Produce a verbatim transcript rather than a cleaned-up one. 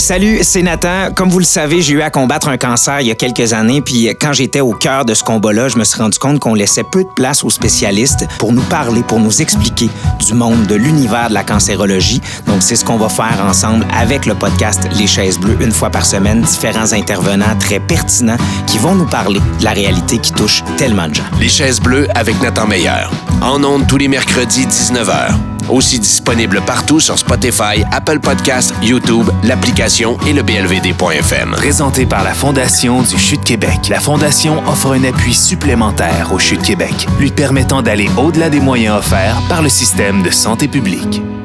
Salut, c'est Nathan. Comme vous le savez, j'ai eu à combattre un cancer il y a quelques années, puis quand j'étais au cœur de ce combat-là, je me suis rendu compte qu'on laissait peu de place aux spécialistes pour nous parler, pour nous expliquer du monde, de l'univers de la cancérologie. Donc, c'est ce qu'on va faire ensemble avec le podcast Les Chaises Bleues, une fois par semaine, différents intervenants très pertinents qui vont nous parler de la réalité qui touche tellement de gens. Les Chaises Bleues avec Nathan Meyer. En ondes tous les mercredis, dix-neuf heures. Aussi disponible partout sur Spotify, Apple Podcasts, YouTube, l'application et le b l v d point f m. Présenté par la Fondation du C H U de Québec. La Fondation offre un appui supplémentaire au C H U de Québec, lui permettant d'aller au-delà des moyens offerts par le système de santé publique.